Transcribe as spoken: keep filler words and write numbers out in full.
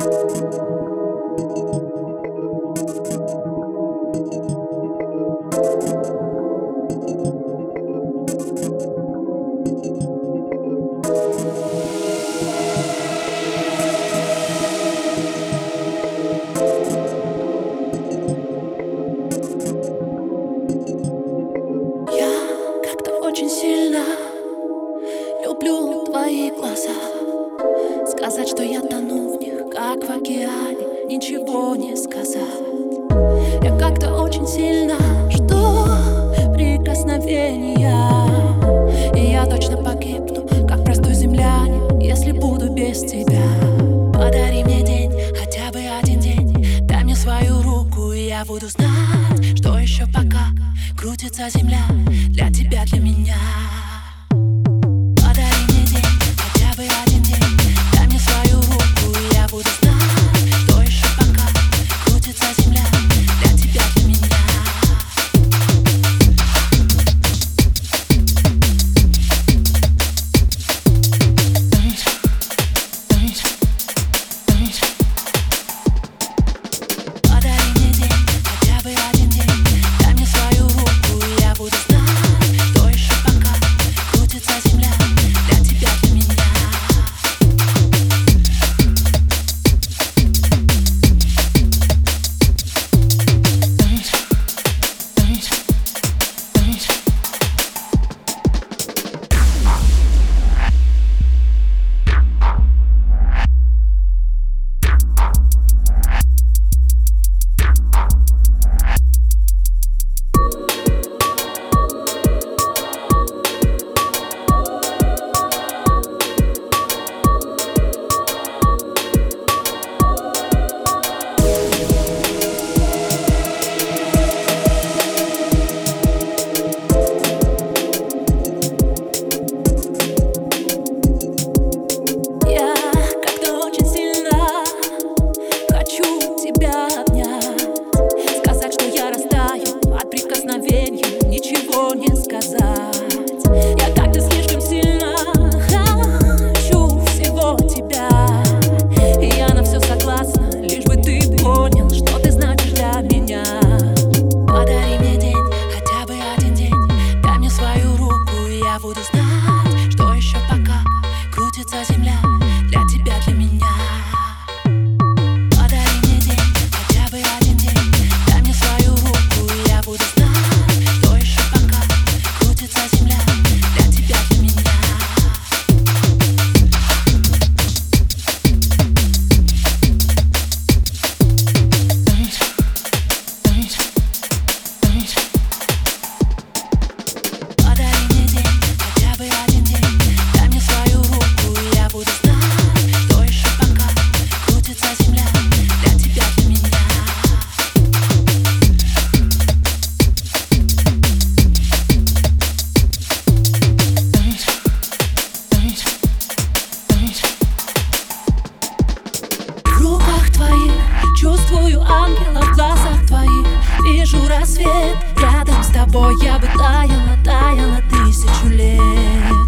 Очень сильно люблю твои глаза. Сказать, что я тону в них, как в океане, ничего не сказать. Я как-то очень сильно жду прикосновения, и я точно погибну, как простой землянин, если буду без тебя. Подари мне день, хотя бы один день, дай мне свою руку, и я буду знать, что еще пока крутится земля для тебя, для меня. Подари мне день, хотя бы один день, дай мне свою руку, и я буду знать, что еще пока крутится земля для тебя, для меня. Подари мне день, хотя бы один день, дай мне свою руку, и я буду знать, что еще пока крутится земля для тебя, для меня. Ничего не сказать. Я как-то слишком сильно хочу всего тебя, и я на все согласна, лишь бы ты понял, что ты значишь для меня. Подари мне день, хотя бы один день, дай мне свою руку, и я буду знать, что еще пока крутится земля для тебя, для меня. Подари мне день, хотя бы один день, дай мне свою руку, и я буду знать, земля для тебя, для меня. Подари мне день, хотя бы один день, дай мне свою руку, и я буду знать, что еще пока крутится земля для тебя, для меня. Чувствую ангела в глазах твоих, вижу рассвет. Рядом с тобой я бы таяла, таяла тысячу лет.